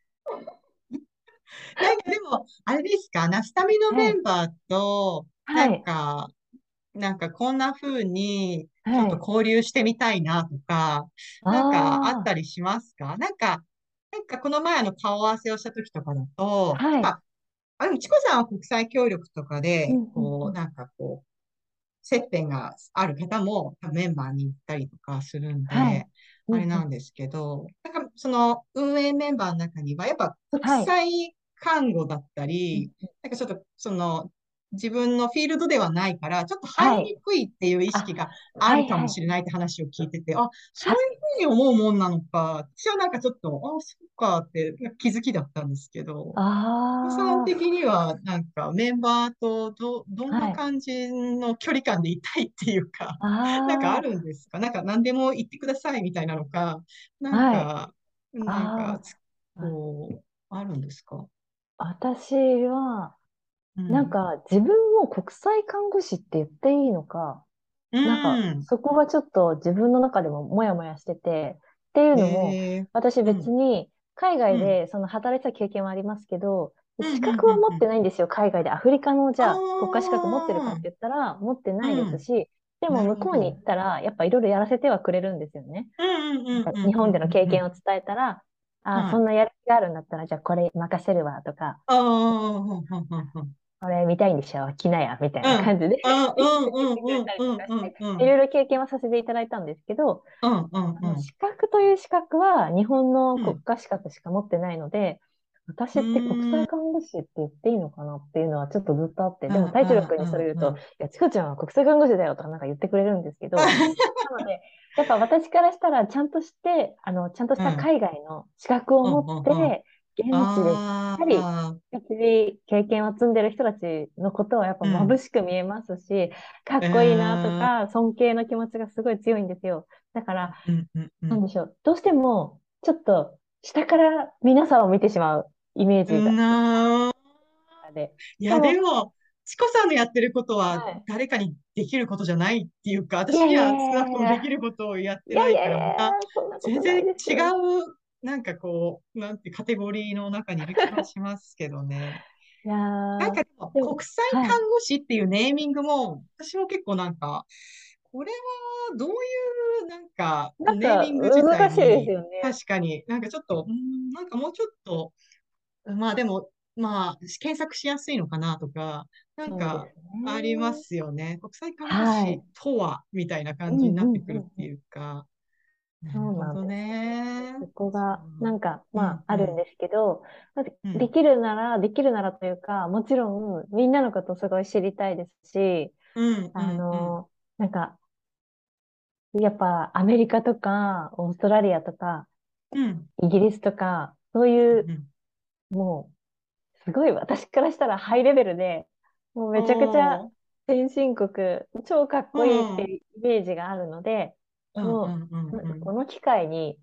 なんかでも、あれですか、ナスタミのはい、 メンバーと、なんはい、 か、なんかこんな風に、ちょっとはい。 交流してみたいなとか、なんかあっあたりしますか？なんか、なんかこの前の顔合わせをした時とかだと、 あ、はい。 なんか、あの、チコさんは国際協力とかで、 うん、うん、 こう、 うん。 なんかこう、接点がある方も多分メンバーに行ったりとかするんはい。 で、あれうん、うん。 なんですけど、なんかその運営メンバーの中には、やっぱ国はい。 際看護だったうん、 り、 うん。 なんかちょっとその自分のフィールドではないから、ちょっと入りはい。 にくいっていう意識あ、 があはい、 るかもはい。 しれないって話を聞いてて、あ、そうはい。 いうふうに思うもんなのか、私はなんかちょっと、あ、そっかって気づきだったんですけど、おさんあ的には、なんかメンバーとど、どんあ、はい。 な感じの距離感でいたいっていうか、なんかああるんですか？なんか何でも言ってくださいみたいなのか、なあ、 んはい。 か、なんか、 あつあ、 こう、あるんですか？ 私は、 うん。 なんか自分を国際看護師って言っていいのか、 うなんかん。 そこがちょっと自分の中でもモヤモヤしてて、っていうえのも、 え、 私うん。 別に海うん。 外でその働いてた経験はありますけど、 うん、 資うん、うん、 格は持ってうん。 ないんですよ、海外で。アフリカのじあゃあ国家資格持ってるかってあ、 言ったら持ってないでうん。 すし、でもなる向こうに行ほど。 ったらやっぱいろいろやらせてはくれるんですよね。 うん、うん、うん、 なんかうん、うん、 日本での経うん。うん、 験を伝えたら、ああ、 はい。 そんなやる気があるんだったら、じゃあこれ任せるわとか、 ああ、うん、うん、うん、うん。 これ見たいんでしょ、来なや、みたいうん。 な感じであ、うん、うん、 言ってくれうん、 たりうん、 とかして、 うん、うん。 いろいろ経験はさせていただいたんですけど、 うん、うん、 あの、 うん。 資格という資格は日本のうん。 国家資格しか持ってないので、 う私って国ーん。 際看護師って言っていいのかなっていうのはちょっとずっとあって、でも、 うん、 太一郎君うん、うん、 にそれ言うと、 うん。 いや、チコちゃんは国際看護師だよとかなんか言ってくれるんですけど、なので、やっぱ私からしたら、ちゃんとして、あの、ちゃんとしうん、 た海外の資格をうん、 持っうん。 て、現地でしっかり、 ああ、 きっちり経験を積んでる人たちのことはやっぱうん。 眩しく見えますし、かえっこいいなとー、 か、尊敬の気持ちがすごい強いんですよ。だから、 うん、うん、うん。 なんでしょう。どうしても、ちょっと、下から皆さんを見てしまうイメージが、 うんなー。 で。 いや、ででも、 も、チコさんのやってることははい。 誰かにできることじゃないっていうか、私にいやいやいは少なくともできやいやることをやっていやいやいないから、まやいや、 たそんなことない全然違ですよ。 う、なんかこう、なんてカテゴリーの中にいる気はしますけどね。 いやー、 なんかでも、 でも、 国際はい。 看護師っていうネーミングも、私も結構なんか、これはどういうなんかネーミなんか、 ング自体難しいですに、 よね。 確かになんかちょっと、うん、なんかもうちょっと、まあでも、まあ、検索しやすいのかなとか、なんかそうですありまね。 すよね。国際看護はい。 師とは、みたいなうんう感じになってんうんうん。 くるっていうか、なるそうほどなんですよ。 ね。 そこそが、なんか、 う。うまあ、 ん、うん、 あるんですけど、まずうん、 できるなら、できるならというか、もちろん、みんなのことすごい知りたいですし、 うん、うあん、うん、 の、なんか、やっぱアメリカとか、オーストラリアとか、 うん、 イギリスとか、そういう、 うん。 もう、すごい私からしたらハイレベルで、もうめちゃくちゃおー、 先進国、超かっうこいいってん、 いうイメージがあるので、 うん、うもん、うん、 う、なんうん。 かこの機会に、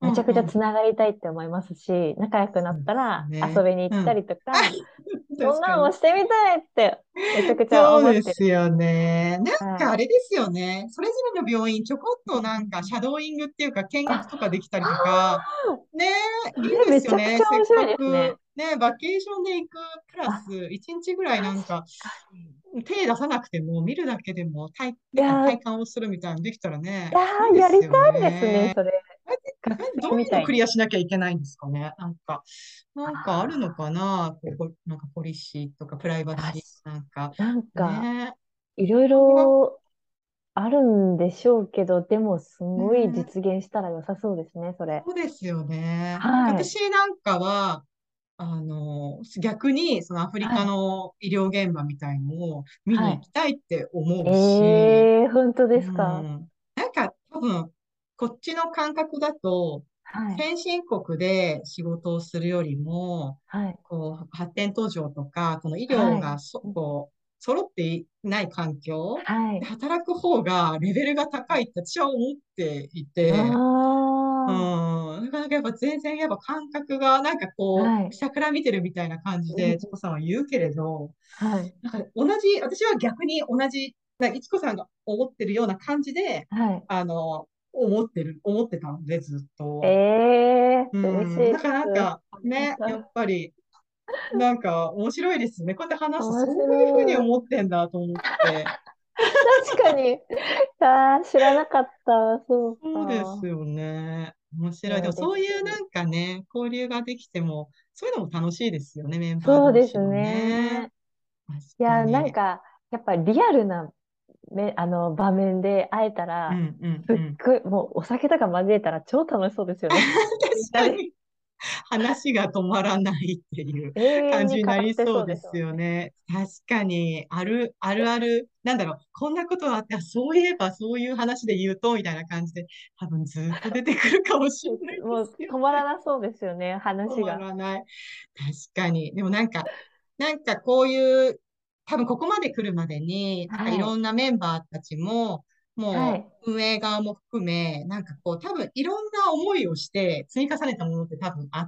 めちゃくちゃうん。 つながりたいって思いますし、仲良くなったらね。 遊びに行ったうん。 りとか、そん確かに。 なのもしてみたいってめちゃくちゃそう思ってる。 ですよね。なんかはい。 あれですよね。それぞれの病院、ちょこっとなんかシャドーイングっていうか見学とかできたあ、 りとか、 あねー、 え、いいそれめちゃくちですよね。せっかゃ面白いですね。 く、ね、バケーションで行くプラあ、 ス、一日ぐらい確なんか、 かに。 手出さなくても、見るだけでも体、なんかいやー、い体感をするみたいなのできたらね、 やー、やりいいですよたいですね、 ね。 それ。 あれ、あ学れどういうのクリ生みたいに。 アしなきゃいけないんですかね。なんか、なんかあるのかあな、こう、なんかポリシーとかプライバー、確シー、なんか、 なんか、 ねいろいこれが、 ろあるんでしょうけど、でも、すごいね、 実現したら良さそうですね、それ。 そうですよね。なんかはい。 私なんかは、あの、逆に、そのアフリカはい。 の医療現場みたいのを見はい。 に行きたいって思うし、 えー、本当うですか？ ん、なんか多分、こっちの感覚だと、 はい。 先進国で仕事をするよりも、 はい。 こう、発展途上とか、この医療はい。 がそ、こう、揃っていない環境はい。 で働く方がレベルが高いって私は思っていあて、うあ、 ん。なかなかやっぱ全然やっぱ感覚がなんかこう、 はい。 下から見てるみたいな感じで、チコさんは言うけれど、 はい。 なんか同じ、私は逆に同じ、なんかいちこさんが思ってるような感じで、 はい。 あの、思ってる、思ってたので、ずっえと。 えうー、嬉しいん。 です。 だからなんか、 ありがね、やったい。 ぱり、なんか面白いですね。こうやって話すと、 面そういうふうに白い。 思ってんだと思って。 確かに。ああ、知らなかった。そうそうですか。 よね。面白い。でいや、 もそう嬉しいうなんい。 かね、交流ができても、そういうのも楽しいですよね、メンバーそうです同士のね。 ね。 確いや、なんかに。 か、やっぱリアルなめ、あの、場面で会えたら、 うんうんすっうん。 ごい、もうお酒とか交えたら超楽しそうですよね。みんなで確かに。話が止まらないっていう永遠に語感じになりってそうそうですですもんね。 よね。確かに、ある、あるある、なんだろう、こんなことがあって、あそういえばそういう話で言うと、みたいな感じで、多分ずっと出てくるかもしれないでもうすよ止まらね。 なそうですよね、 止ま話が。 らない。確かに。でもなんか、なんかこういう、多分ここまで来るまでに、なんかいはい。 ろんなメンバーたちも、もはい。 う運営側も含め、なんかこう多分いろんな思いをして積み重ねたものって多分あって、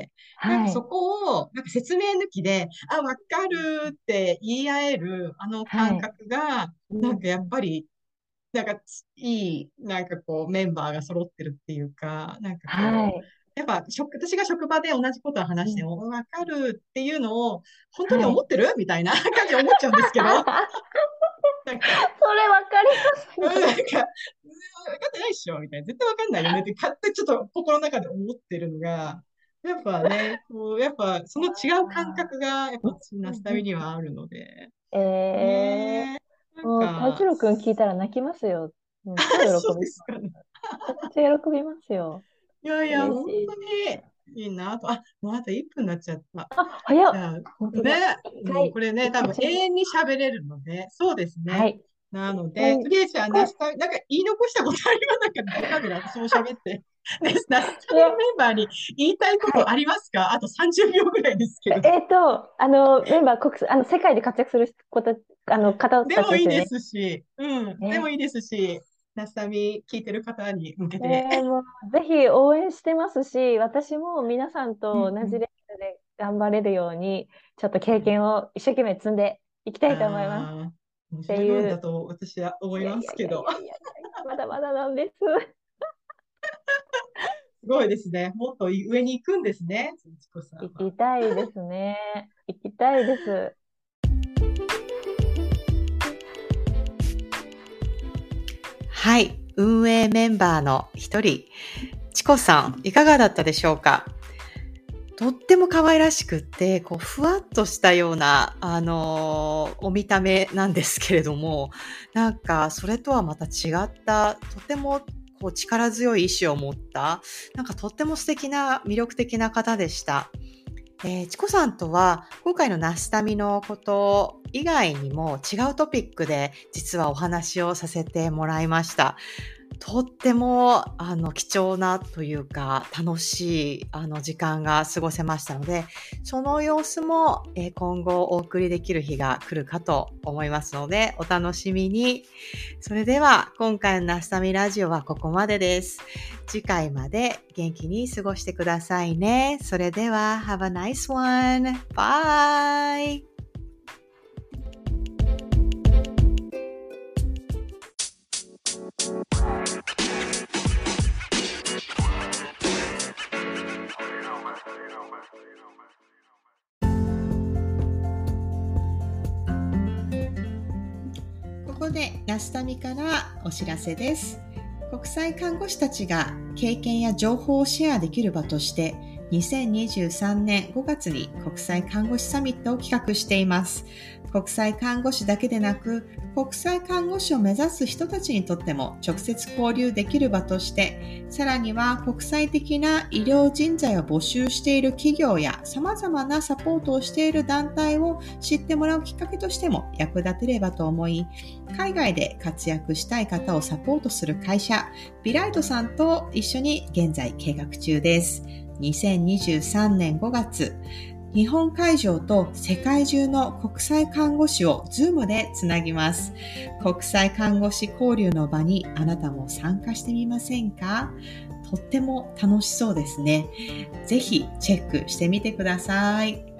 なんかそはい。 こを、なんか説明抜きで、あ、わかるって言い合えるあの感はい。 覚が、 うん、 なんかやうん。 っぱり、なんかいい、なんかこうメンバーが揃ってるっていうか、なんかこう、 はい。 やっぱ職、私が職場で同じことをうん。 話しても、わかるっていうのを、本当にはい。 思ってるみたいな感じで思っちゃうんですけど、なんか、 それわかりうんます。 なんか、うん分かってないっしょみたいな。絶対わかんないよねって、勝手にちょっと心の中で思ってるのが、やっぱね、こう、やっぱその違う感あ覚が、やっー、 ぱ私、ナスタミうん、 にはあるので、 うん。えねえ、 ー、 なんもう、タジか、 ロ君聞いたら泣きますよ。もう超そう喜びます。 ですかね。 めちゃくちゃ喜びますよ。 いやいや、 嬉し本当い。 にいいなと。あ、もうあといっぷんになっちゃった。 あ、早っ。 じゃあ、 本当だ。 ね、もう一回、 これね、 一多分永回中。 遠に喋れるので、そうですね。 はい。 なので、と一回、 りあえずはナこスタ、なんか言い残したことありますなんかベラベラ私も喋って。ね、ナスタいや、 ミのメンバーに言いたいこはい。 とありますか？あとさんじゅうびょうぐらいですけえ、 ど。 えーと、あの、メンバー、国、あの、世界で活躍すること、あの、方でもいいでたちですよね。 すし、うん、でもえ、 いいですし、ナスタミ聞いてる方に向けえて。 ーもう、ぜひ応援してますし、私も皆さんと同じうんうん。 レベルで頑張れるように、ちょっと経験を一生懸命積んでいきたいと思います。っああ、もう十分だていう、 と私は思いいやいますけど。 やいやいやいやいや、まだまだなんです。 すごいですね。もっと上に行くんですね、つちこさんは。 行きたいですね。行きたいです。 はい、運営メンバーの一人、チコさん、いかがだったでしょうか？とっても可愛らしくって、こう、ふわっとしたような、あのーお見た目なんですけれども、なんか、それとはまた違った、とても、こう、力強い意志を持った、なんかとっても素敵な、魅力的な方でした。えー、チコさんとは、今回のナスタミのこと以外にも違うトピックで、実はお話をさせてもらいました。 とってもあの貴重なというか楽しいあの時間が過ごせましたので、その様子も、えー今後お送りできる日が来るかと思いますので、お楽しみに。それでは今回のナスタミラジオはここまでです。次回まで元気に過ごしてくださいね。それでは Have a nice one! Bye! ここでナスタミからお知らせです。国際看護師たちが経験や情報をシェアできる場としてにせんにじゅうさんねんごがつに国際看護師サミットを企画しています。国際看護師だけでなく、国際看護師を目指す人たちにとっても直接交流できる場として、さらには国際的な医療人材を募集している企業や様々なサポートをしている団体を知ってもらうきっかけとしても役立てればと思い、海外で活躍したい方をサポートする会社、ビライトさんと一緒に現在計画中です。にせんにじゅうさんねんごがつ、日本会場と世界中の国際看護師を Zoom でつなぎます。国際看護師交流の場にあなたも参加してみませんか？とっても楽しそうですね。ぜひチェックしてみてください。